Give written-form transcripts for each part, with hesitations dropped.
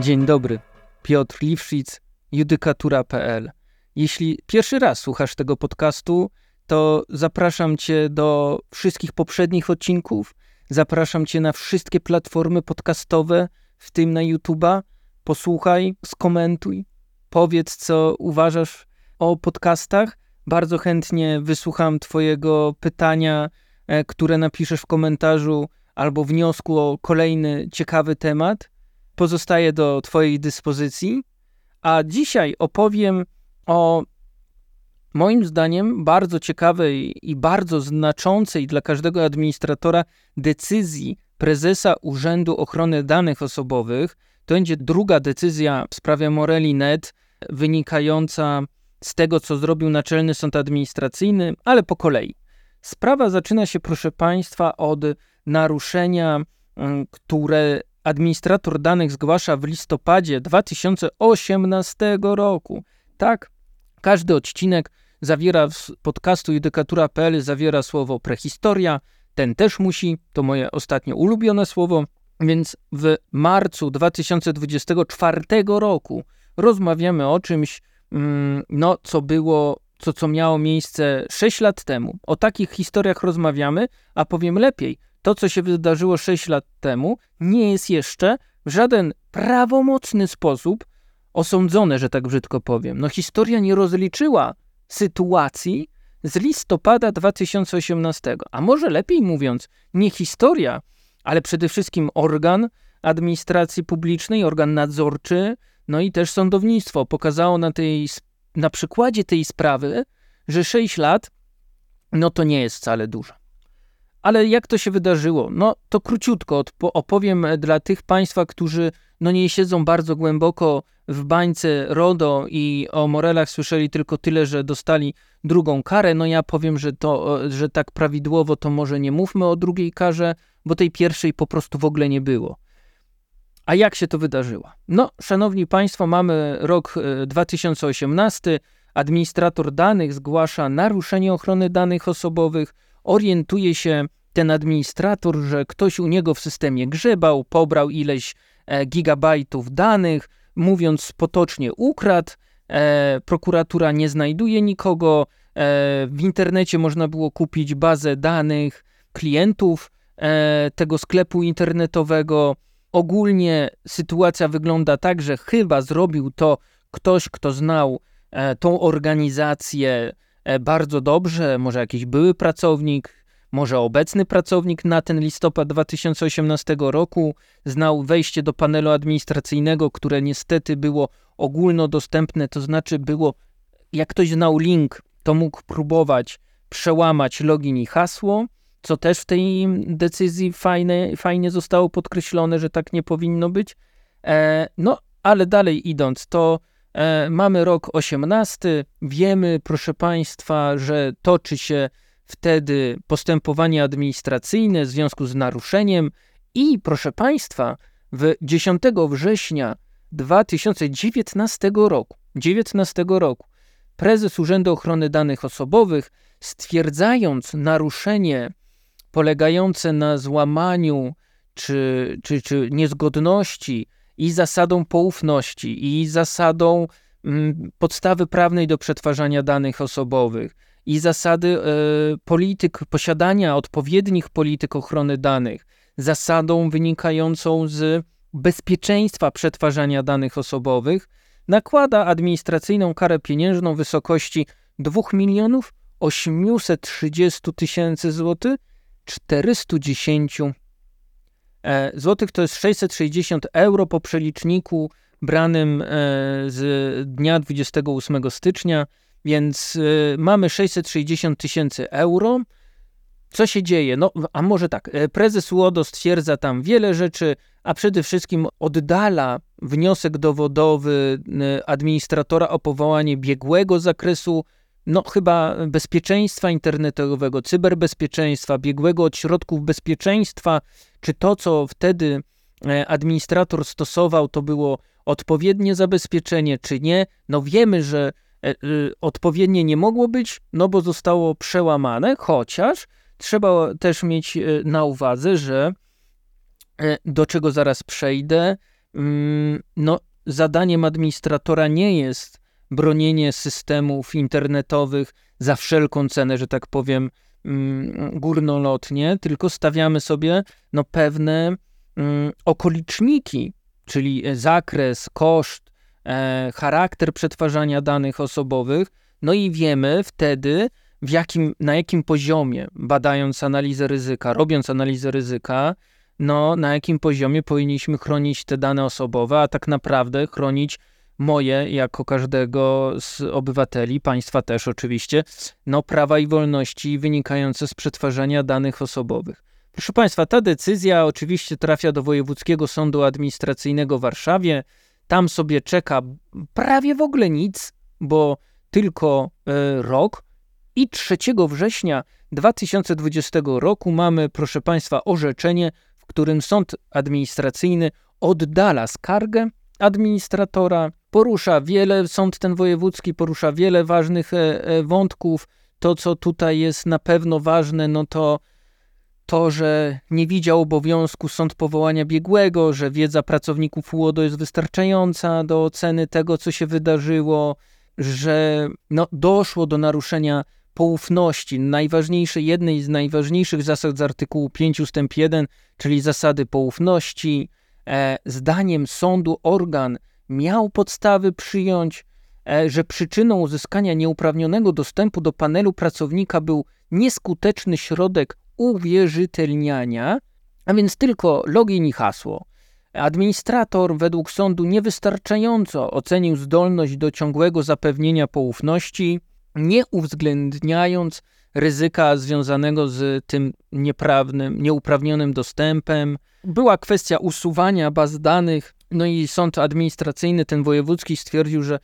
Dzień dobry, Piotr Liwszyc, judykatura.pl. Jeśli pierwszy raz słuchasz tego podcastu, to zapraszam Cię do wszystkich poprzednich odcinków, zapraszam Cię na wszystkie platformy podcastowe, w tym na YouTube'a. Posłuchaj, skomentuj, powiedz, co uważasz o podcastach. Bardzo chętnie wysłucham Twojego pytania, które napiszesz w komentarzu albo wniosku o kolejny ciekawy temat. Pozostaję do Twojej dyspozycji, a dzisiaj opowiem o moim zdaniem bardzo ciekawej i bardzo znaczącej dla każdego administratora decyzji prezesa Urzędu Ochrony Danych Osobowych. To będzie druga decyzja w sprawie Moreli.net, wynikająca z tego, co zrobił Naczelny Sąd Administracyjny, ale po kolei. Sprawa zaczyna się, proszę Państwa, od naruszenia, które administrator danych zgłasza w listopadzie 2018 roku. Tak, każdy odcinek z podcastu judykatura.pl zawiera słowo prehistoria. Ten też musi, to moje ostatnio ulubione słowo, więc w marcu 2024 roku rozmawiamy o czymś, co miało miejsce 6 lat temu. O takich historiach rozmawiamy, a powiem lepiej, to, co się wydarzyło 6 lat temu, nie jest jeszcze w żaden prawomocny sposób osądzone, że tak brzydko powiem. Historia nie rozliczyła sytuacji z listopada 2018. A może lepiej mówiąc, nie historia, ale przede wszystkim organ administracji publicznej, organ nadzorczy, i też sądownictwo pokazało na przykładzie tej sprawy, że 6 lat, to nie jest wcale dużo. Ale jak to się wydarzyło? To króciutko opowiem dla tych Państwa, którzy nie siedzą bardzo głęboko w bańce RODO i o Morelach słyszeli tylko tyle, że dostali drugą karę. Ja powiem, że tak prawidłowo to może nie mówmy o drugiej karze, bo tej pierwszej po prostu w ogóle nie było. A jak się to wydarzyło? Szanowni Państwo, mamy rok 2018, administrator danych zgłasza naruszenie ochrony danych osobowych, orientuje się ten administrator, że ktoś u niego w systemie grzebał, pobrał ileś gigabajtów danych, mówiąc potocznie ukradł, prokuratura nie znajduje nikogo, w internecie można było kupić bazę danych klientów tego sklepu internetowego. Ogólnie sytuacja wygląda tak, że chyba zrobił to ktoś, kto znał tą organizację bardzo dobrze, może jakiś były pracownik, może obecny pracownik na ten listopad 2018 roku, znał wejście do panelu administracyjnego, które niestety było ogólnodostępne, to znaczy jak ktoś znał link, to mógł próbować przełamać login i hasło, co też w tej decyzji fajnie zostało podkreślone, że tak nie powinno być. Ale dalej idąc, to mamy rok 18, wiemy, proszę Państwa, że toczy się wtedy postępowanie administracyjne w związku z naruszeniem i, proszę Państwa, 10 września 2019 roku prezes Urzędu Ochrony Danych Osobowych, stwierdzając naruszenie polegające na złamaniu czy niezgodności i zasadą poufności, i zasadą podstawy prawnej do przetwarzania danych osobowych, i zasady posiadania odpowiednich polityk ochrony danych, zasadą wynikającą z bezpieczeństwa przetwarzania danych osobowych, nakłada administracyjną karę pieniężną w wysokości 2 830 000 złotych, 410 złotych, to jest 660 euro po przeliczniku branym z dnia 28 stycznia, więc mamy 660 000 euro. Co się dzieje? A może tak, prezes UODO stwierdza tam wiele rzeczy, a przede wszystkim oddala wniosek dowodowy administratora o powołanie biegłego zakresu, chyba bezpieczeństwa internetowego, cyberbezpieczeństwa, biegłego od środków bezpieczeństwa, czy to, co wtedy administrator stosował, to było odpowiednie zabezpieczenie, czy nie. Wiemy, że odpowiednie nie mogło być, bo zostało przełamane, chociaż trzeba też mieć na uwadze, że do czego zaraz przejdę, zadaniem administratora nie jest bronienie systemów internetowych za wszelką cenę, że tak powiem, górnolotnie, tylko stawiamy sobie pewne okoliczniki, czyli zakres, koszt, charakter przetwarzania danych osobowych, i wiemy wtedy, na jakim poziomie, badając analizę ryzyka, robiąc analizę ryzyka, na jakim poziomie powinniśmy chronić te dane osobowe, a tak naprawdę chronić moje, jako każdego z obywateli, państwa też oczywiście, prawa i wolności wynikające z przetwarzania danych osobowych. Proszę Państwa, ta decyzja oczywiście trafia do Wojewódzkiego Sądu Administracyjnego w Warszawie. Tam sobie czeka prawie w ogóle nic, bo tylko rok. I 3 września 2020 roku mamy, proszę Państwa, orzeczenie, w którym Sąd Administracyjny oddala skargę administratora, Sąd ten wojewódzki porusza wiele ważnych wątków. To, co tutaj jest na pewno ważne, to, że nie widział obowiązku sąd powołania biegłego, że wiedza pracowników UODO jest wystarczająca do oceny tego, co się wydarzyło, że doszło do naruszenia poufności, jednej z najważniejszych zasad z artykułu 5 ust. 1, czyli zasady poufności. Zdaniem sądu organ miał podstawy przyjąć, że przyczyną uzyskania nieuprawnionego dostępu do panelu pracownika był nieskuteczny środek uwierzytelniania, a więc tylko login i hasło. Administrator według sądu niewystarczająco ocenił zdolność do ciągłego zapewnienia poufności, nie uwzględniając ryzyka związanego z tym nieuprawnionym dostępem. Była kwestia usuwania baz danych, i sąd administracyjny, ten wojewódzki, stwierdził, że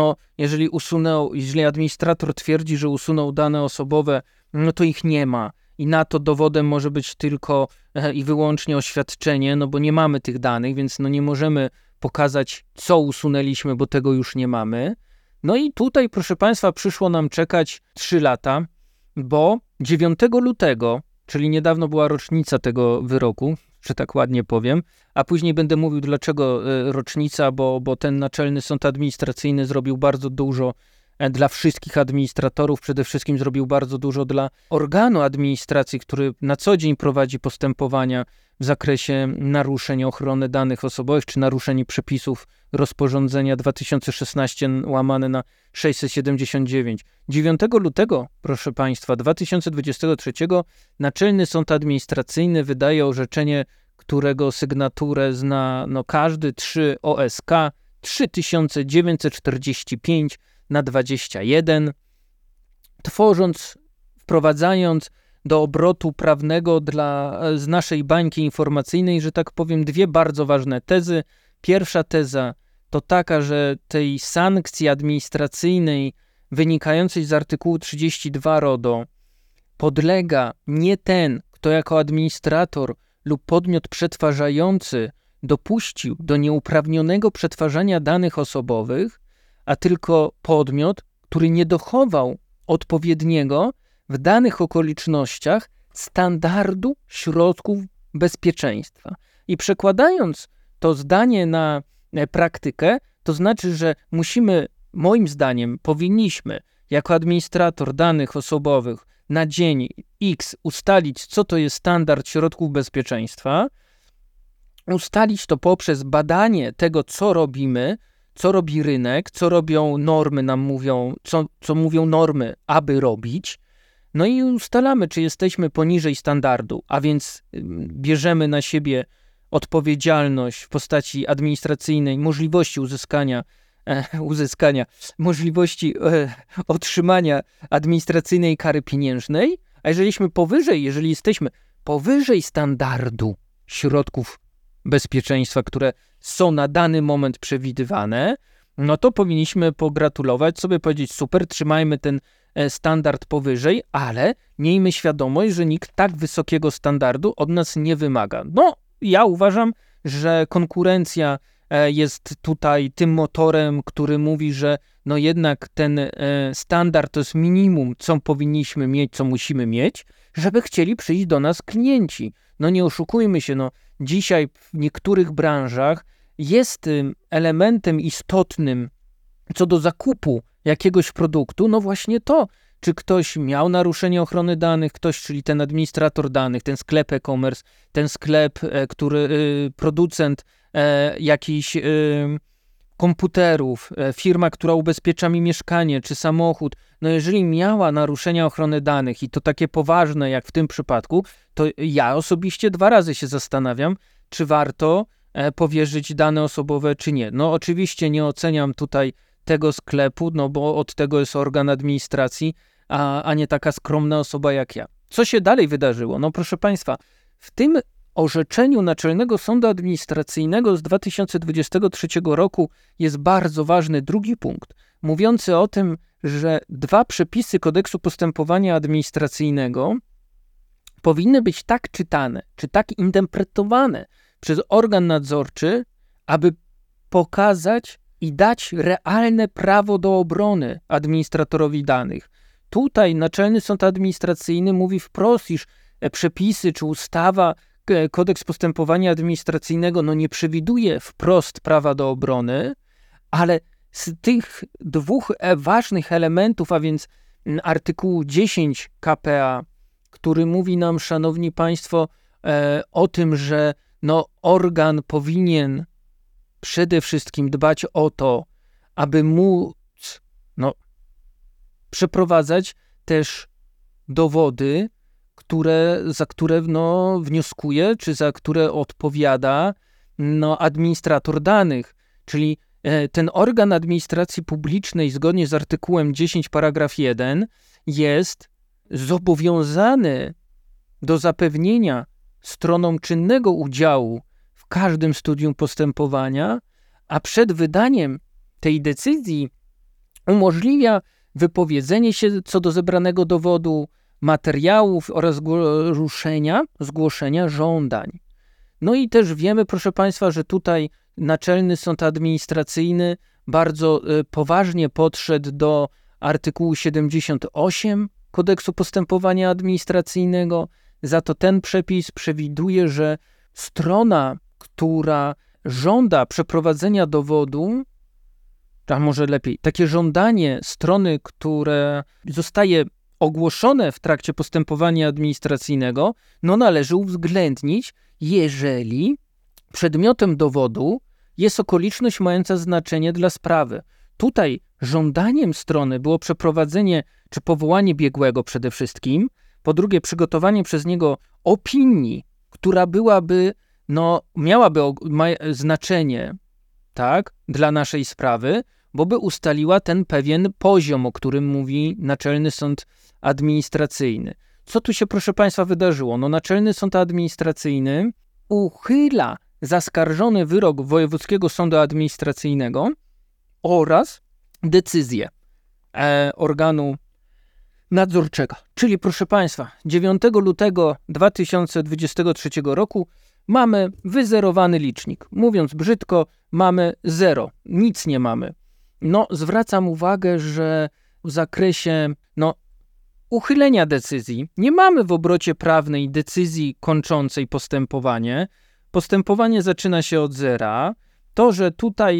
jeżeli administrator twierdzi, że usunął dane osobowe, to ich nie ma. I na to dowodem może być tylko i wyłącznie oświadczenie, bo nie mamy tych danych, więc nie możemy pokazać, co usunęliśmy, bo tego już nie mamy. I tutaj, proszę Państwa, przyszło nam czekać 3 lata, bo 9 lutego, czyli niedawno była rocznica tego wyroku, że tak ładnie powiem, a później będę mówił, dlaczego rocznica, bo ten Naczelny Sąd Administracyjny zrobił bardzo dużo dla wszystkich administratorów, przede wszystkim zrobił bardzo dużo dla organu administracji, który na co dzień prowadzi postępowania w zakresie naruszeń ochrony danych osobowych, czy naruszeń przepisów rozporządzenia 2016/679. 9 lutego, proszę Państwa, 2023 Naczelny Sąd Administracyjny wydaje orzeczenie, którego sygnaturę zna każdy, 3 OSK 3945/21, wprowadzając do obrotu prawnego z naszej bańki informacyjnej, że tak powiem, 2 bardzo ważne tezy. Pierwsza teza to taka, że tej sankcji administracyjnej wynikającej z artykułu 32 RODO podlega nie ten, kto jako administrator lub podmiot przetwarzający dopuścił do nieuprawnionego przetwarzania danych osobowych, a tylko podmiot, który nie dochował odpowiedniego w danych okolicznościach standardu środków bezpieczeństwa. I przekładając to zdanie na praktykę, to znaczy, że moim zdaniem, powinniśmy jako administrator danych osobowych na dzień X ustalić, co to jest standard środków bezpieczeństwa, ustalić to poprzez badanie tego, co robimy, co robi rynek, co robią normy, nam mówią, co mówią normy, aby robić. I ustalamy, czy jesteśmy poniżej standardu, a więc bierzemy na siebie odpowiedzialność w postaci administracyjnej, możliwości możliwości otrzymania administracyjnej kary pieniężnej, a jeżeli jesteśmy powyżej standardu środków bezpieczeństwa, które są na dany moment przewidywane, to powinniśmy pogratulować sobie, powiedzieć super, trzymajmy ten standard powyżej, ale miejmy świadomość, że nikt tak wysokiego standardu od nas nie wymaga. Ja uważam, że konkurencja jest tutaj tym motorem, który mówi, że jednak ten standard to jest minimum, co powinniśmy mieć, co musimy mieć, żeby chcieli przyjść do nas klienci. Nie oszukujmy się, dzisiaj w niektórych branżach jest elementem istotnym co do zakupu jakiegoś produktu, no właśnie to, czy ktoś miał naruszenie ochrony danych, czyli ten administrator danych, ten sklep e-commerce, ten sklep, producent jakichś komputerów, firma, która ubezpiecza mi mieszkanie czy samochód, no jeżeli miała naruszenia ochrony danych i to takie poważne jak w tym przypadku, to ja osobiście 2 razy się zastanawiam, czy warto powierzyć dane osobowe, czy nie. No oczywiście nie oceniam tutaj tego sklepu, no bo od tego jest organ administracji, a nie taka skromna osoba jak ja. Co się dalej wydarzyło? No proszę Państwa, w tym orzeczeniu Naczelnego Sądu Administracyjnego z 2023 roku jest bardzo ważny drugi punkt, mówiący o tym, że 2 przepisy Kodeksu Postępowania Administracyjnego powinny być tak czytane, czy tak interpretowane przez organ nadzorczy, aby pokazać i dać realne prawo do obrony administratorowi danych. Tutaj Naczelny Sąd Administracyjny mówi wprost, iż przepisy czy ustawa, Kodeks Postępowania Administracyjnego nie przewiduje wprost prawa do obrony, ale z tych 2 ważnych elementów, a więc artykułu 10 k.p.a., który mówi nam, szanowni państwo, o tym, że organ powinien przede wszystkim dbać o to, aby móc przeprowadzać też dowody, za które wnioskuje, czy za które odpowiada administrator danych. Czyli ten organ administracji publicznej zgodnie z artykułem 10 paragraf 1 jest zobowiązany do zapewnienia stronom czynnego udziału w każdym studium postępowania, a przed wydaniem tej decyzji umożliwia wypowiedzenie się co do zebranego dowodu, materiałów oraz zgłoszenia żądań. No i też wiemy, proszę Państwa, że tutaj Naczelny Sąd Administracyjny bardzo poważnie podszedł do artykułu 78 Kodeksu Postępowania Administracyjnego. Za to ten przepis przewiduje, że strona, która żąda przeprowadzenia dowodu, a może lepiej, takie żądanie strony, które zostaje ogłoszone w trakcie postępowania administracyjnego, należy uwzględnić, jeżeli przedmiotem dowodu jest okoliczność mająca znaczenie dla sprawy. Tutaj żądaniem strony było przeprowadzenie czy powołanie biegłego przede wszystkim, po drugie przygotowanie przez niego opinii, która miałaby znaczenie, tak, dla naszej sprawy, bo by ustaliła ten pewien poziom, o którym mówi Naczelny Sąd Administracyjny. Co tu się, proszę Państwa, wydarzyło? Naczelny Sąd Administracyjny uchyla zaskarżony wyrok Wojewódzkiego Sądu Administracyjnego oraz decyzję organu nadzorczego. Czyli, proszę Państwa, 9 lutego 2023 roku mamy wyzerowany licznik. Mówiąc brzydko, mamy 0. Nic nie mamy. Zwracam uwagę, że w zakresie uchylenia decyzji nie mamy w obrocie prawnej decyzji kończącej postępowanie. Postępowanie zaczyna się od zera. To, że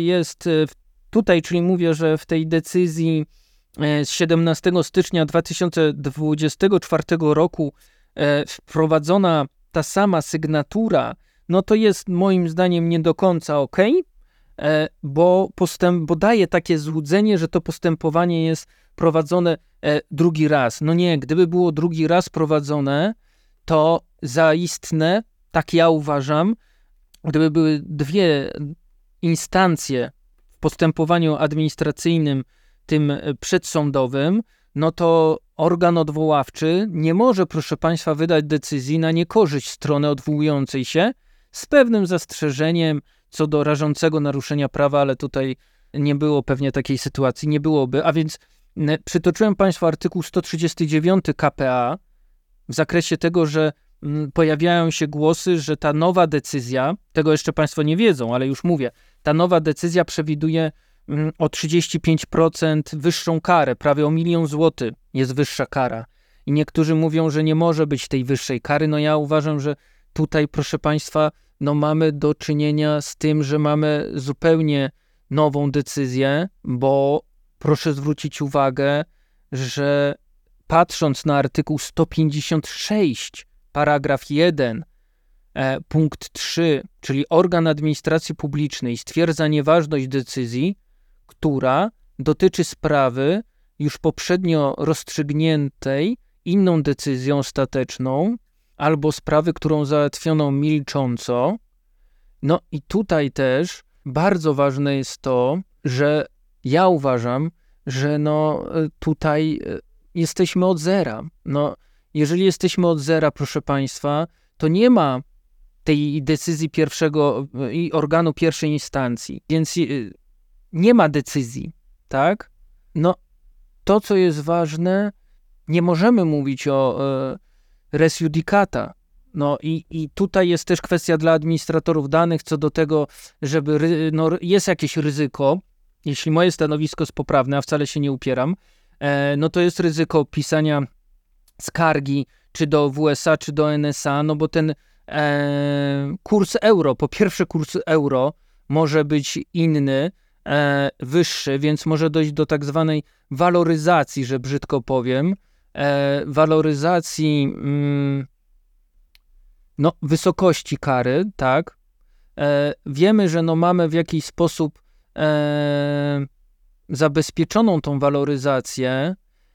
czyli mówię, że w tej decyzji z 17 stycznia 2024 roku wprowadzona ta sama sygnatura, to jest moim zdaniem nie do końca okej, bo daje takie złudzenie, że to postępowanie jest prowadzone drugi raz. Nie, gdyby było drugi raz prowadzone, to zaistne, tak ja uważam, gdyby były 2 instancje w postępowaniu administracyjnym, tym przedsądowym, to organ odwoławczy nie może, proszę Państwa, wydać decyzji na niekorzyść strony odwołującej się z pewnym zastrzeżeniem co do rażącego naruszenia prawa, ale tutaj nie było pewnie takiej sytuacji, nie byłoby. A więc przytoczyłem Państwu artykuł 139 k.p.a. w zakresie tego, że pojawiają się głosy, że ta nowa decyzja, tego jeszcze Państwo nie wiedzą, ale już mówię, ta nowa decyzja przewiduje o 35% wyższą karę, prawie o 1 000 000 złotych jest wyższa kara. I niektórzy mówią, że nie może być tej wyższej kary. Ja uważam, że tutaj, proszę Państwa, no mamy do czynienia z tym, że mamy zupełnie nową decyzję, bo proszę zwrócić uwagę, że patrząc na artykuł 156, paragraf 1, punkt 3, czyli organ administracji publicznej stwierdza nieważność decyzji, która dotyczy sprawy już poprzednio rozstrzygniętej inną decyzją ostateczną albo sprawy, którą załatwiono milcząco. No i tutaj też bardzo ważne jest to, że ja uważam, że tutaj jesteśmy od zera. Jeżeli jesteśmy od zera, proszę Państwa, to nie ma tej decyzji pierwszego i organu pierwszej instancji, więc nie ma decyzji, tak? To, co jest ważne, nie możemy mówić o res judicata. I tutaj jest też kwestia dla administratorów danych co do tego, żeby, jest jakieś ryzyko, jeśli moje stanowisko jest poprawne, a wcale się nie upieram, to jest ryzyko pisania skargi czy do WSA, czy do NSA, bo ten kurs euro, po pierwsze kurs euro może być inny, wyższy, więc może dojść do tak zwanej waloryzacji, że brzydko powiem, waloryzacji wysokości kary, tak. Wiemy, że mamy w jakiś sposób zabezpieczoną tą waloryzację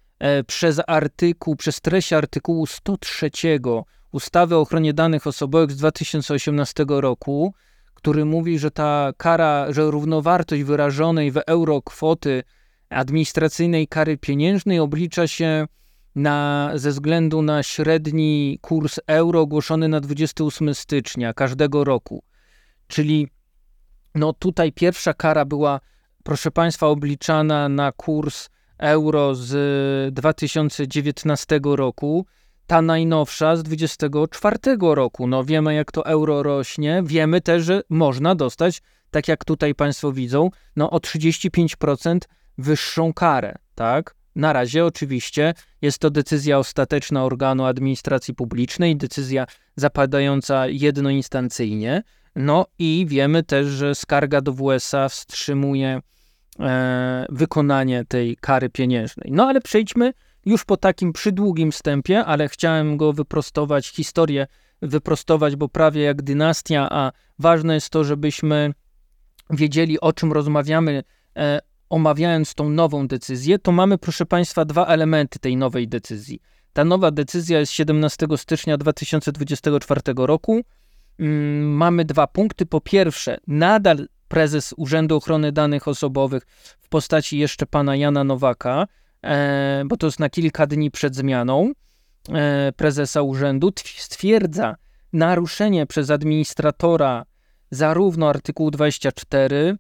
przez treść artykułu 103 ustawy o ochronie danych osobowych z 2018 roku, który mówi, że ta kara, że równowartość wyrażonej w euro kwoty administracyjnej kary pieniężnej oblicza się ze względu na średni kurs euro ogłoszony na 28 stycznia każdego roku. Czyli tutaj pierwsza kara była, proszę Państwa, obliczana na kurs euro z 2019 roku, ta najnowsza z 2024 roku. Wiemy, jak to euro rośnie, wiemy też, że można dostać, tak jak tutaj Państwo widzą, o 35% wyższą karę, tak? Na razie oczywiście jest to decyzja ostateczna organu administracji publicznej, decyzja zapadająca jednoinstancyjnie, i wiemy też, że skarga do WSA wstrzymuje wykonanie tej kary pieniężnej. Ale przejdźmy już po takim przydługim wstępie, ale chciałem go wyprostować, historię wyprostować, bo prawie jak dynastia, a ważne jest to, żebyśmy wiedzieli, o czym rozmawiamy, omawiając tą nową decyzję. To mamy, proszę Państwa, dwa elementy tej nowej decyzji. Ta nowa decyzja jest 17 stycznia 2024 roku. Mamy dwa punkty. Po pierwsze, nadal prezes Urzędu Ochrony Danych Osobowych w postaci jeszcze pana Jana Nowaka, bo to jest na kilka dni przed zmianą prezesa urzędu, stwierdza naruszenie przez administratora zarówno artykułu 24,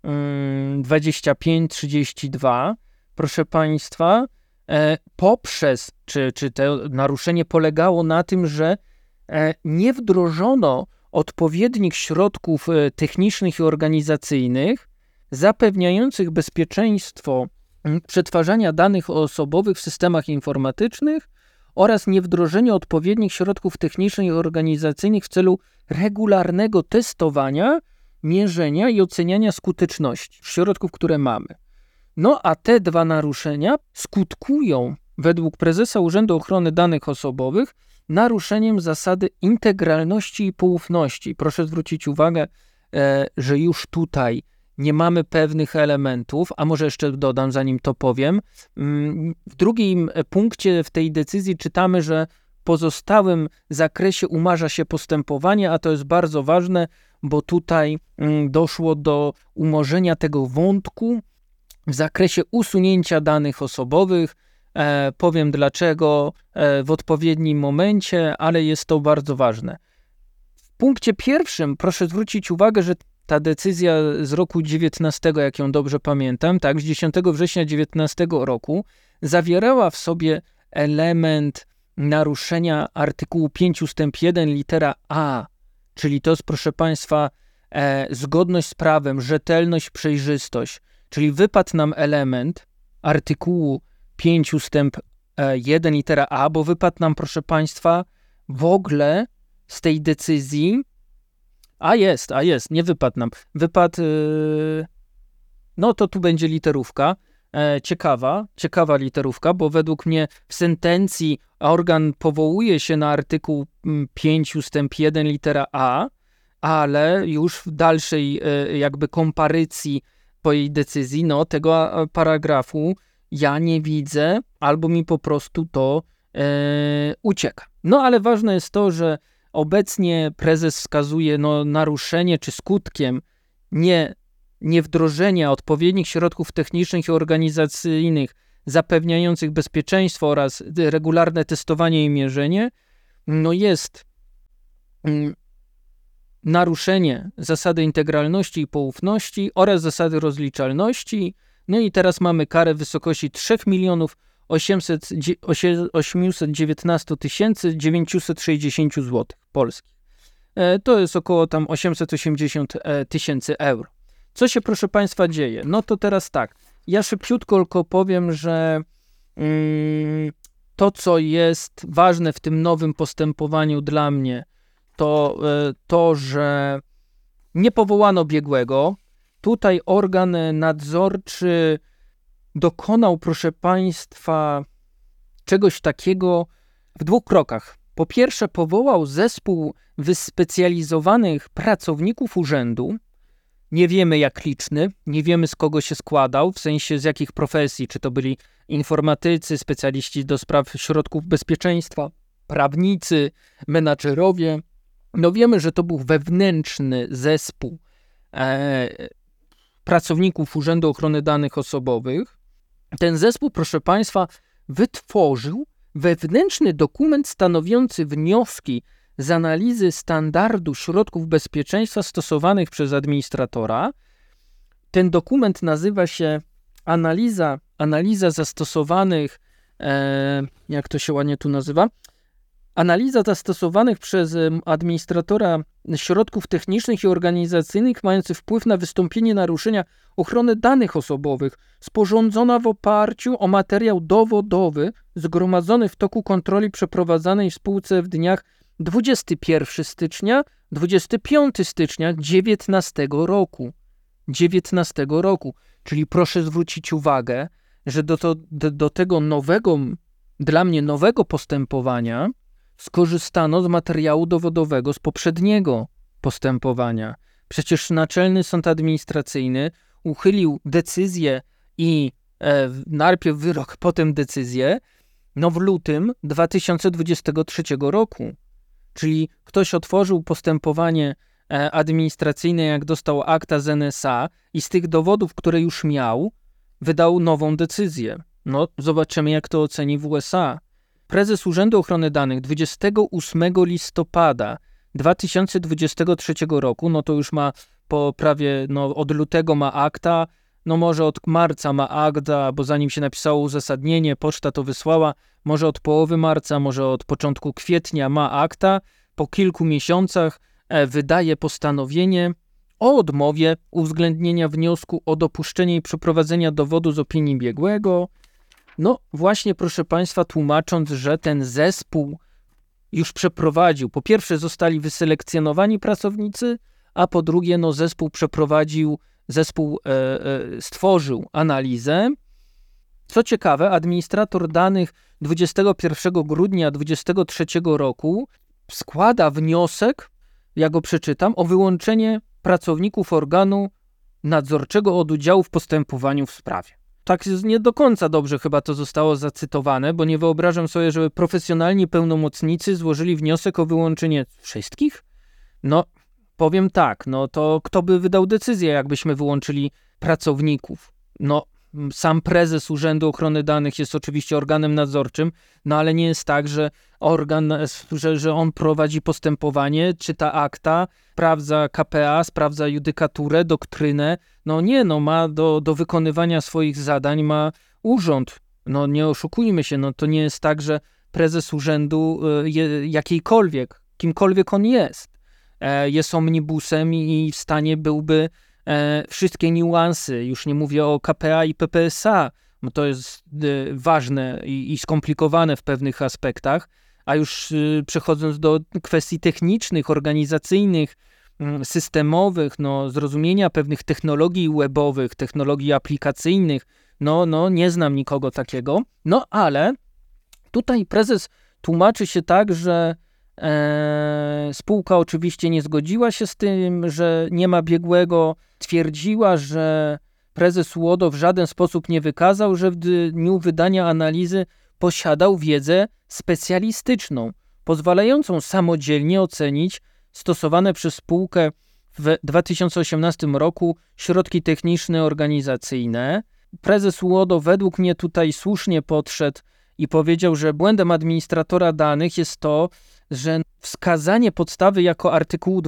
25, 32, proszę Państwa, czy to naruszenie polegało na tym, że nie wdrożono odpowiednich środków technicznych i organizacyjnych zapewniających bezpieczeństwo przetwarzania danych osobowych w systemach informatycznych oraz niewdrożenie odpowiednich środków technicznych i organizacyjnych w celu regularnego testowania, mierzenia i oceniania skuteczności środków, które mamy. A te dwa naruszenia skutkują według prezesa Urzędu Ochrony Danych Osobowych naruszeniem zasady integralności i poufności. Proszę zwrócić uwagę, że już tutaj nie mamy pewnych elementów, a może jeszcze dodam, zanim to powiem. W drugim punkcie w tej decyzji czytamy, że w pozostałym zakresie umarza się postępowanie, a to jest bardzo ważne, bo tutaj doszło do umorzenia tego wątku w zakresie usunięcia danych osobowych. Powiem dlaczego w odpowiednim momencie, ale jest to bardzo ważne. W punkcie pierwszym proszę zwrócić uwagę, że ta decyzja z roku 19, jak ją dobrze pamiętam, tak, z 10 września 19 roku zawierała w sobie element naruszenia artykułu 5 ustęp 1 litera A, czyli to jest, proszę Państwa, zgodność z prawem, rzetelność, przejrzystość, czyli wypadł nam element artykułu 5 ustęp 1 litera A, bo wypadł nam, proszę Państwa, w ogóle z tej decyzji A jest, nie wypadł nam. Wypadł, no to tu będzie literówka. Ciekawa literówka, bo według mnie w sentencji organ powołuje się na artykuł 5 ustęp 1 litera A, ale już w dalszej jakby komparycji swojej decyzji, no tego paragrafu ja nie widzę, albo mi po prostu to ucieka. No ale ważne jest to, że obecnie prezes wskazuje naruszenie czy skutkiem niewdrożenia odpowiednich środków technicznych i organizacyjnych zapewniających bezpieczeństwo oraz regularne testowanie i mierzenie, jest naruszenie zasady integralności i poufności oraz zasady rozliczalności. No i teraz mamy karę w wysokości 3 819 960 zł polskich. To jest około tam 880 tysięcy euro. Co się, proszę Państwa, dzieje? No to teraz tak, ja szybciutko tylko powiem, że to, co jest ważne w tym nowym postępowaniu dla mnie, to, że nie powołano biegłego. Tutaj organ nadzorczy dokonał, proszę Państwa, czegoś takiego w 2 krokach. Po pierwsze, powołał zespół wyspecjalizowanych pracowników urzędu. Nie wiemy, jak liczny, nie wiemy, z kogo się składał, w sensie z jakich profesji, czy to byli informatycy, specjaliści do spraw środków bezpieczeństwa, prawnicy, menadżerowie. No wiemy, że to był wewnętrzny zespół pracowników Urzędu Ochrony Danych Osobowych. Ten zespół, proszę Państwa, wytworzył wewnętrzny dokument stanowiący wnioski z analizy standardu środków bezpieczeństwa stosowanych przez administratora. Ten dokument nazywa się analiza zastosowanych, jak to się ładnie tu nazywa? Analiza zastosowanych przez administratora środków technicznych i organizacyjnych mających wpływ na wystąpienie naruszenia ochrony danych osobowych, sporządzona w oparciu o materiał dowodowy zgromadzony w toku kontroli przeprowadzanej w spółce w dniach 21 stycznia, 25 stycznia 19 roku. 19 roku. Czyli proszę zwrócić uwagę, że do tego nowego, dla mnie nowego postępowania skorzystano z materiału dowodowego z poprzedniego postępowania. Przecież Naczelny Sąd Administracyjny uchylił decyzję i najpierw wyrok, potem decyzję, w lutym 2023 roku. Czyli ktoś otworzył postępowanie administracyjne, jak dostał akta z NSA i z tych dowodów, które już miał, wydał nową decyzję. Zobaczymy, jak to oceni w USA. Prezes Urzędu Ochrony Danych 28 listopada 2023 roku, to już ma po prawie, od lutego ma akta, może od marca ma akta, bo zanim się napisało uzasadnienie, poczta to wysłała, może od połowy marca, może od początku kwietnia ma akta, po kilku miesiącach wydaje postanowienie o odmowie uwzględnienia wniosku o dopuszczenie i przeprowadzenia dowodu z opinii biegłego. Właśnie, proszę Państwa, tłumacząc, że ten zespół już przeprowadził, po pierwsze zostali wyselekcjonowani pracownicy, a po drugie, zespół stworzył analizę. Co ciekawe, administrator danych 21 grudnia 2023 roku składa wniosek, ja go przeczytam, o wyłączenie pracowników organu nadzorczego od udziału w postępowaniu w sprawie. Tak jest nie do końca dobrze chyba to zostało zacytowane, bo nie wyobrażam sobie, żeby profesjonalni pełnomocnicy złożyli wniosek o wyłączenie wszystkich? Powiem tak, to kto by wydał decyzję, jakbyśmy wyłączyli pracowników? Sam prezes Urzędu Ochrony Danych jest oczywiście organem nadzorczym, ale nie jest tak, że że on prowadzi postępowanie, czyta akta, sprawdza KPA, sprawdza judykaturę, doktrynę. Ma do wykonywania swoich zadań ma urząd. Nie oszukujmy się, to nie jest tak, że prezes urzędu kimkolwiek on jest omnibusem i w stanie byłby wszystkie niuanse, już nie mówię o KPA i PPSA, bo to jest ważne i skomplikowane w pewnych aspektach, a już przechodząc do kwestii technicznych, organizacyjnych, systemowych, zrozumienia pewnych technologii webowych, technologii aplikacyjnych, nie znam nikogo takiego. Ale tutaj prezes tłumaczy się tak, że spółka oczywiście nie zgodziła się z tym, że nie ma biegłego. Twierdziła, że prezes UODO w żaden sposób nie wykazał, że w dniu wydania analizy posiadał wiedzę specjalistyczną, pozwalającą samodzielnie ocenić stosowane przez spółkę w 2018 roku środki techniczne organizacyjne. Prezes UODO według mnie tutaj słusznie podszedł i powiedział, że błędem administratora danych jest to, że wskazanie podstawy jako artykułu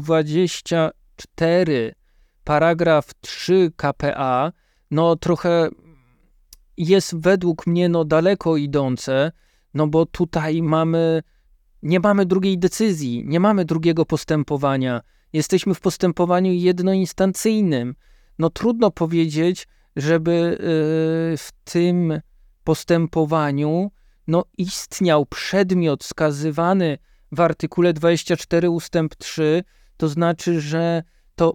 24 paragraf 3 k.p.a. trochę jest według mnie daleko idące, bo tutaj nie mamy drugiej decyzji, nie mamy drugiego postępowania. Jesteśmy w postępowaniu jednoinstancyjnym. Trudno powiedzieć, żeby w tym postępowaniu istniał przedmiot wskazywany w artykule 24 ustęp 3, to znaczy, że to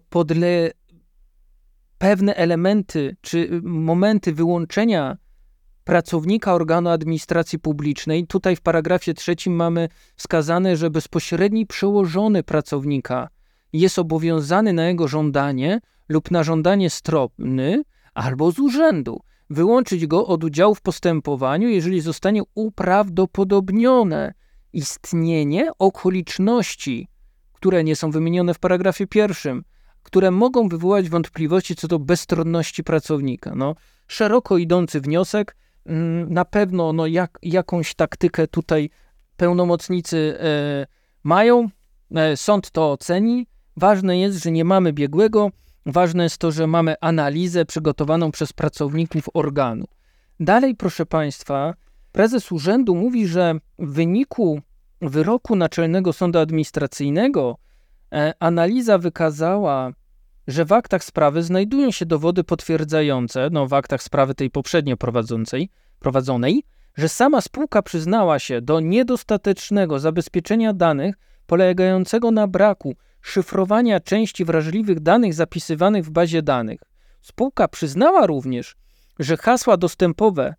pewne elementy czy momenty wyłączenia pracownika organu administracji publicznej. Tutaj w paragrafie 3 mamy wskazane, że bezpośredni przełożony pracownika jest obowiązany na jego żądanie lub na żądanie strony albo z urzędu wyłączyć go od udziału w postępowaniu, jeżeli zostanie uprawdopodobnione istnienie okoliczności, które nie są wymienione w paragrafie 1, które mogą wywołać wątpliwości co do bezstronności pracownika. Szeroko idący wniosek, na pewno jakąś taktykę tutaj pełnomocnicy mają, sąd to oceni. Ważne jest, że nie mamy biegłego, ważne jest to, że mamy analizę przygotowaną przez pracowników organu. Dalej, proszę Państwa, prezes urzędu mówi, że w wyniku wyroku Naczelnego Sądu Administracyjnego analiza wykazała, że w aktach sprawy znajdują się dowody potwierdzające, w aktach sprawy tej poprzednio prowadzonej, że sama spółka przyznała się do niedostatecznego zabezpieczenia danych polegającego na braku szyfrowania części wrażliwych danych zapisywanych w bazie danych. Spółka przyznała również, że hasła dostępowe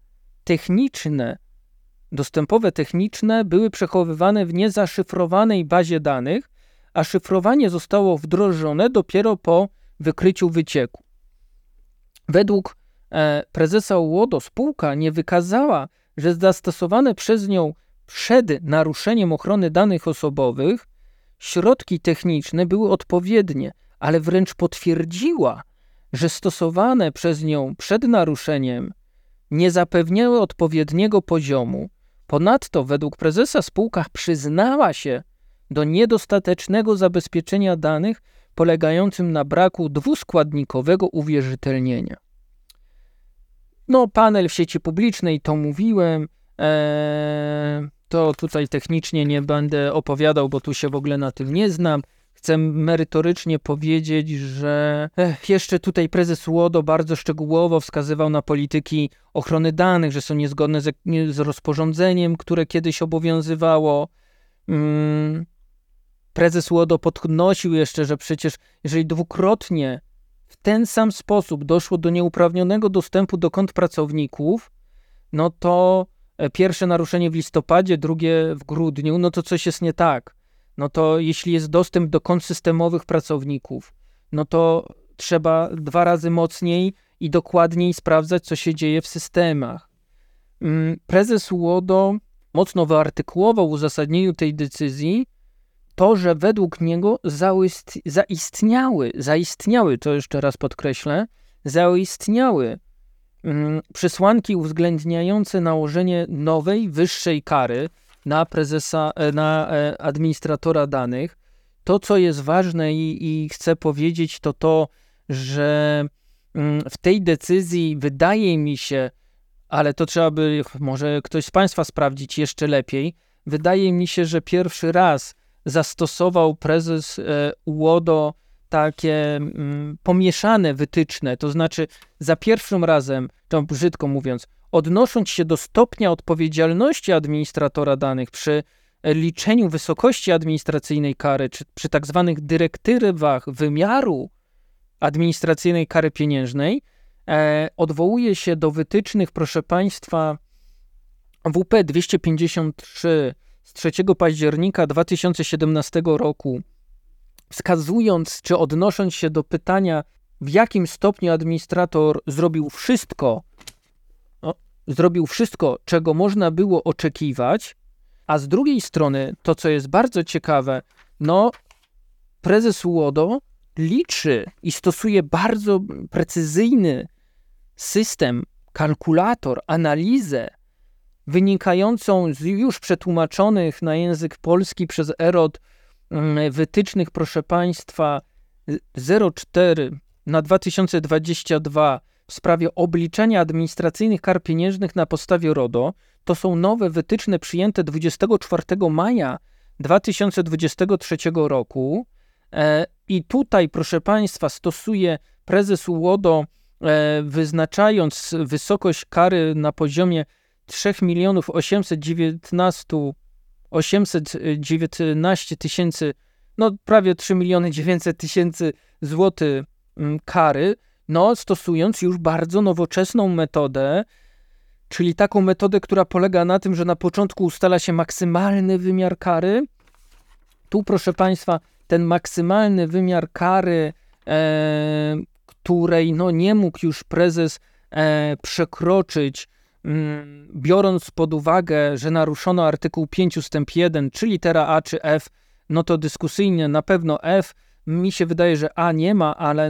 techniczne były przechowywane w niezaszyfrowanej bazie danych, a szyfrowanie zostało wdrożone dopiero po wykryciu wycieku. Według prezesa UODO spółka nie wykazała, że zastosowane przez nią przed naruszeniem ochrony danych osobowych środki techniczne były odpowiednie, ale wręcz potwierdziła, że stosowane przez nią przed naruszeniem nie zapewniały odpowiedniego poziomu. Ponadto według prezesa spółka przyznała się do niedostatecznego zabezpieczenia danych polegającym na braku dwuskładnikowego uwierzytelnienia. Panel w sieci publicznej, to mówiłem, to tutaj technicznie nie będę opowiadał, bo tu się w ogóle na tym nie znam. Chcę merytorycznie powiedzieć, że jeszcze tutaj prezes UODO bardzo szczegółowo wskazywał na polityki ochrony danych, że są niezgodne z rozporządzeniem, które kiedyś obowiązywało. Prezes UODO podnosił jeszcze, że przecież jeżeli dwukrotnie w ten sam sposób doszło do nieuprawnionego dostępu do kont pracowników, to pierwsze naruszenie w listopadzie, drugie w grudniu, to coś jest nie tak. To jeśli jest dostęp do kont systemowych pracowników, to trzeba 2 razy mocniej i dokładniej sprawdzać, co się dzieje w systemach. Prezes UODO mocno wyartykułował w uzasadnieniu tej decyzji to, że według niego zaistniały, to jeszcze raz podkreślę, zaistniały przesłanki uwzględniające nałożenie nowej, wyższej kary na administratora danych. To, co jest ważne i chcę powiedzieć, to, że w tej decyzji wydaje mi się, ale to trzeba by może ktoś z Państwa sprawdzić jeszcze lepiej, wydaje mi się, że pierwszy raz zastosował prezes UODO takie pomieszane wytyczne, to znaczy za pierwszym razem, to brzydko mówiąc, odnosząc się do stopnia odpowiedzialności administratora danych przy liczeniu wysokości administracyjnej kary, czy przy tak zwanych dyrektywach wymiaru administracyjnej kary pieniężnej, odwołuje się do wytycznych, proszę Państwa, WP 253 z 3 października 2017 roku, wskazując czy odnosząc się do pytania, w jakim stopniu administrator zrobił wszystko, czego można było oczekiwać, a z drugiej strony, to co jest bardzo ciekawe, prezes UODO liczy i stosuje bardzo precyzyjny system, kalkulator, analizę wynikającą z już przetłumaczonych na język polski przez EROD wytycznych, proszę Państwa, 04 na 2022 w sprawie obliczenia administracyjnych kar pieniężnych na podstawie RODO. To są nowe wytyczne przyjęte 24 maja 2023 roku. I tutaj, proszę Państwa, stosuje prezes UODO, wyznaczając wysokość kary na poziomie 3 819 tysięcy, prawie 3 900 000 złotych kary, stosując już bardzo nowoczesną metodę, czyli taką metodę, która polega na tym, że na początku ustala się maksymalny wymiar kary. Tu, proszę Państwa, ten maksymalny wymiar kary, której nie mógł już prezes przekroczyć, biorąc pod uwagę, że naruszono artykuł 5 ustęp 1, czy litera A czy F, to dyskusyjnie na pewno F. Mi się wydaje, że A nie ma, ale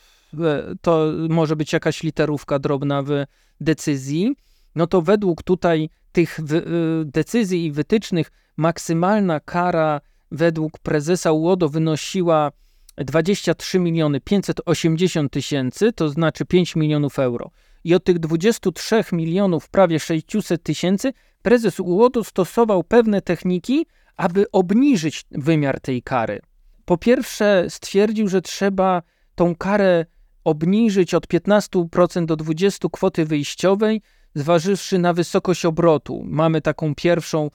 to może być jakaś literówka drobna w decyzji. To według tutaj tych decyzji i wytycznych maksymalna kara według prezesa UODO wynosiła 23 580 000, to znaczy 5 milionów euro. I od tych 23 milionów, prawie 600 000, prezes UODO stosował pewne techniki, aby obniżyć wymiar tej kary. Po pierwsze stwierdził, że trzeba tą karę obniżyć od 15% do 20% kwoty wyjściowej, zważywszy na wysokość obrotu. Mamy taką pierwszą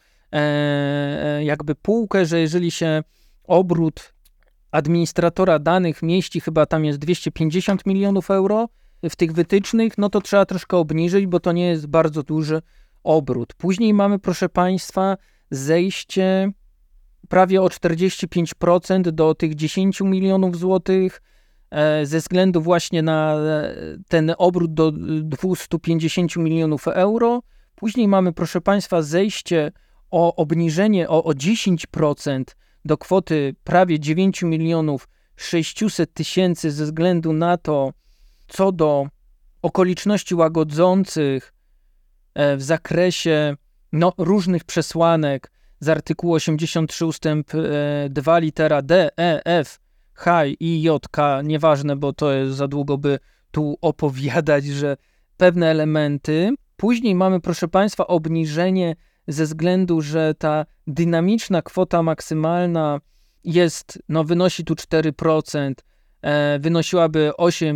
jakby półkę, że jeżeli się obrót administratora danych mieści, chyba tam jest 250 milionów euro w tych wytycznych, to trzeba troszkę obniżyć, bo to nie jest bardzo duży obrót. Później mamy, proszę Państwa, zejście prawie o 45% do tych 10 milionów złotych, ze względu właśnie na ten obrót do 250 milionów euro. Później mamy, proszę Państwa, zejście o obniżenie o 10% do kwoty prawie 9 milionów 600 000 ze względu na to, co do okoliczności łagodzących w zakresie różnych przesłanek z artykułu 83 ustęp 2 litera D, E, F, H i J, K, nieważne, bo to jest za długo by tu opowiadać, że pewne elementy. Później mamy, proszę Państwa, obniżenie ze względu, że ta dynamiczna kwota maksymalna wynosi tu 4%, wynosiłaby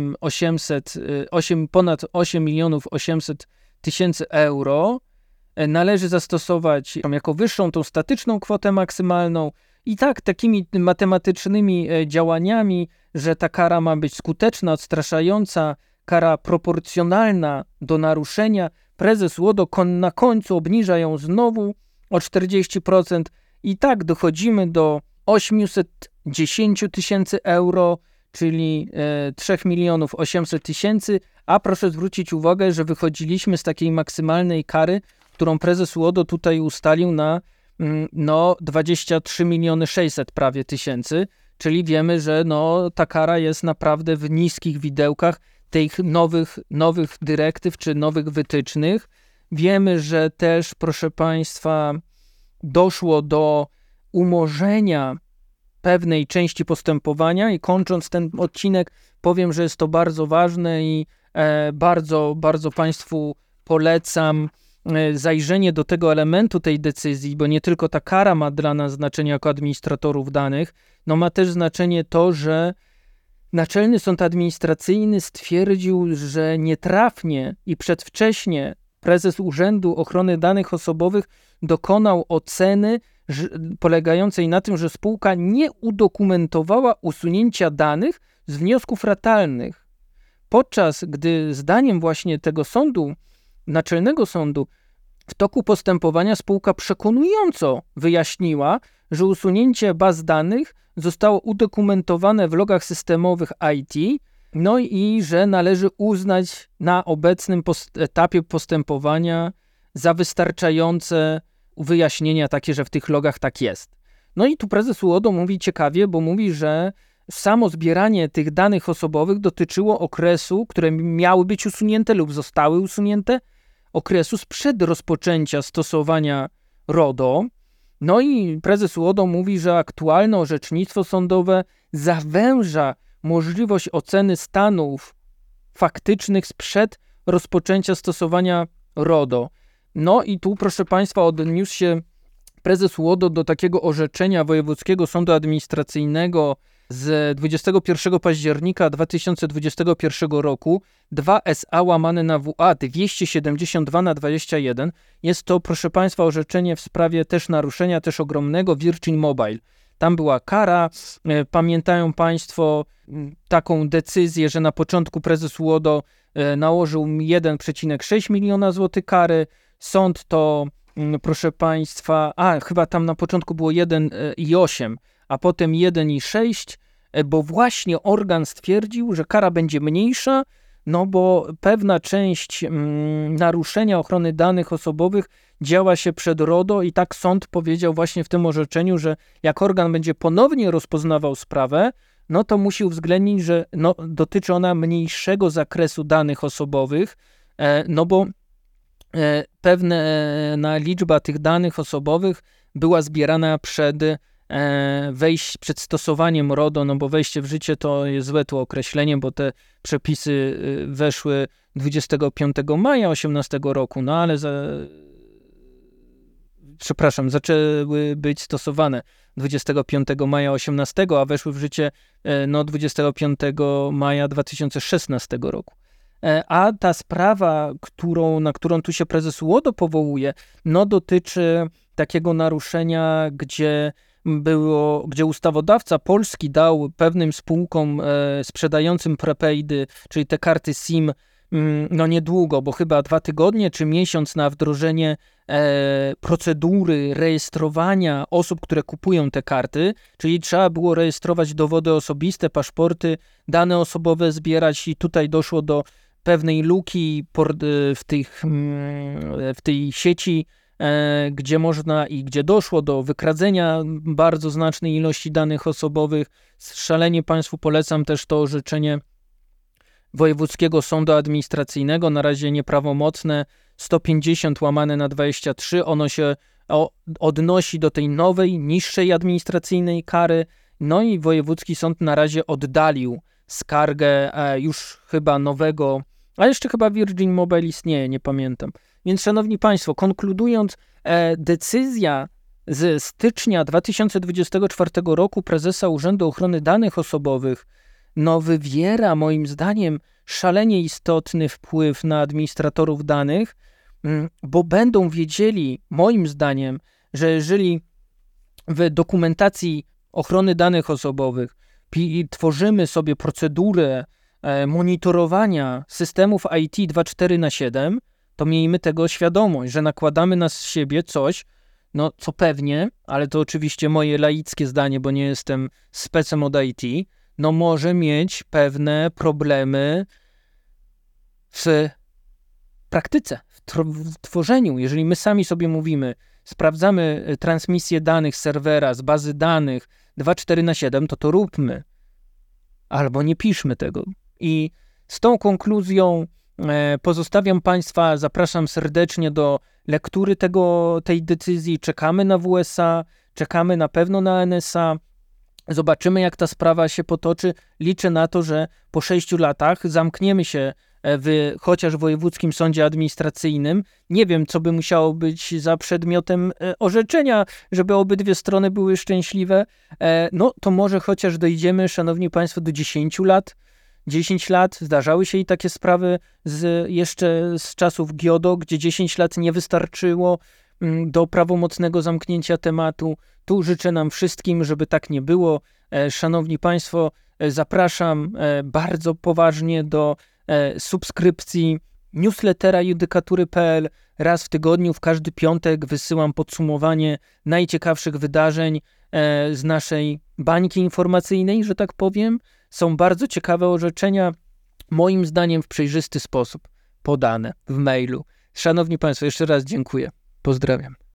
ponad 8 milionów 800 000 euro. Należy zastosować jako wyższą tą statyczną kwotę maksymalną i tak takimi matematycznymi działaniami, że ta kara ma być skuteczna, odstraszająca, kara proporcjonalna do naruszenia. Prezes UODO na końcu obniża ją znowu o 40% i tak dochodzimy do 810 000 euro, czyli 3 milionów 800 000, a proszę zwrócić uwagę, że wychodziliśmy z takiej maksymalnej kary, którą prezes UODO tutaj ustalił na 23 600 prawie tysięcy, czyli wiemy, że ta kara jest naprawdę w niskich widełkach tych nowych dyrektyw czy nowych wytycznych. Wiemy, że też, proszę Państwa, doszło do umorzenia pewnej części postępowania i kończąc ten odcinek powiem, że jest to bardzo ważne i bardzo, bardzo Państwu polecam zajrzenie do tego elementu tej decyzji, bo nie tylko ta kara ma dla nas znaczenie jako administratorów danych, ma też znaczenie to, że Naczelny Sąd Administracyjny stwierdził, że nietrafnie i przedwcześnie prezes Urzędu Ochrony Danych Osobowych dokonał oceny, polegającej na tym, że spółka nie udokumentowała usunięcia danych z wniosków ratalnych. Podczas gdy zdaniem właśnie tego sądu, Naczelnego Sądu, w toku postępowania spółka przekonująco wyjaśniła, że usunięcie baz danych zostało udokumentowane w logach systemowych IT, no i że należy uznać na obecnym etapie postępowania za wystarczające wyjaśnienia takie, że w tych logach tak jest. No i tu prezes UODO mówi ciekawie, bo mówi, że samo zbieranie tych danych osobowych dotyczyło okresu, które miały być usunięte lub zostały usunięte, okresu sprzed rozpoczęcia stosowania RODO. No i prezes UODO mówi, że aktualne orzecznictwo sądowe zawęża możliwość oceny stanów faktycznych sprzed rozpoczęcia stosowania RODO. No i tu, proszę Państwa, odniósł się prezes UODO do takiego orzeczenia Wojewódzkiego Sądu Administracyjnego z 21 października 2021 roku 2 SA łamane na WA 272/21. Jest to, proszę Państwa, orzeczenie w sprawie też naruszenia też ogromnego Virgin Mobile. Tam była kara. Pamiętają Państwo taką decyzję, że na początku prezes UODO nałożył 1,6 miliona złotych kary. Sąd to, proszę Państwa, chyba tam na początku było 1,8, a potem 1,6, bo właśnie organ stwierdził, że kara będzie mniejsza, no bo pewna część naruszenia ochrony danych osobowych działa się przed RODO i tak sąd powiedział właśnie w tym orzeczeniu, że jak organ będzie ponownie rozpoznawał sprawę, no to musi uwzględnić, że dotyczy ona mniejszego zakresu danych osobowych, no bo pewna liczba tych danych osobowych była zbierana przed stosowaniem RODO, no bo wejście w życie to jest złe tu określenie, bo te przepisy weszły 25 maja 2018 roku, no ale zaczęły być stosowane 25 maja 2018, a weszły w życie 25 maja 2016 roku. A ta sprawa, na którą tu się prezes UODO powołuje, dotyczy takiego naruszenia, gdzie ustawodawca polski dał pewnym spółkom sprzedającym prepaidy, czyli te karty SIM, niedługo, bo chyba 2 tygodnie czy miesiąc na wdrożenie procedury rejestrowania osób, które kupują te karty, czyli trzeba było rejestrować dowody osobiste, paszporty, dane osobowe zbierać i tutaj doszło do pewnej luki w tej sieci, gdzie doszło do wykradzenia bardzo znacznej ilości danych osobowych. Szalenie Państwu polecam też to orzeczenie Wojewódzkiego Sądu Administracyjnego, na razie nieprawomocne, 150/23. Ono się odnosi do tej nowej, niższej administracyjnej kary. No i Wojewódzki Sąd na razie oddalił skargę już chyba nowego, a jeszcze chyba Virgin Mobile istnieje, nie pamiętam. Więc szanowni Państwo, konkludując, decyzja z stycznia 2024 roku prezesa Urzędu Ochrony Danych Osobowych wywiera moim zdaniem szalenie istotny wpływ na administratorów danych, bo będą wiedzieli, moim zdaniem, że jeżeli w dokumentacji ochrony danych osobowych tworzymy sobie procedurę monitorowania systemów IT 24/7, to miejmy tego świadomość, że nakładamy na siebie coś, co pewnie, ale to oczywiście moje laickie zdanie, bo nie jestem specem od IT, może mieć pewne problemy w praktyce, w tworzeniu. Jeżeli my sami sobie mówimy, sprawdzamy transmisję danych z serwera, z bazy danych 24/7, to róbmy. Albo nie piszmy tego. I z tą konkluzją pozostawiam Państwa, zapraszam serdecznie do lektury tej decyzji. Czekamy na WSA, czekamy na pewno na NSA. Zobaczymy, jak ta sprawa się potoczy. Liczę na to, że po 6 latach zamkniemy się chociaż w Wojewódzkim Sądzie Administracyjnym. Nie wiem, co by musiało być za przedmiotem orzeczenia, żeby obydwie strony były szczęśliwe. To może chociaż dojdziemy, szanowni Państwo, do 10 lat. 10 lat, zdarzały się i takie sprawy jeszcze z czasów GIODO, gdzie 10 lat nie wystarczyło. do prawomocnego zamknięcia tematu. Tu życzę nam wszystkim, żeby tak nie było. Szanowni Państwo, zapraszam bardzo poważnie do subskrypcji newslettera judykatury.pl. Raz w tygodniu, w każdy piątek wysyłam podsumowanie najciekawszych wydarzeń z naszej bańki informacyjnej, że tak powiem. Są bardzo ciekawe orzeczenia, moim zdaniem w przejrzysty sposób podane w mailu. Szanowni Państwo, jeszcze raz dziękuję. Pozdrawiam.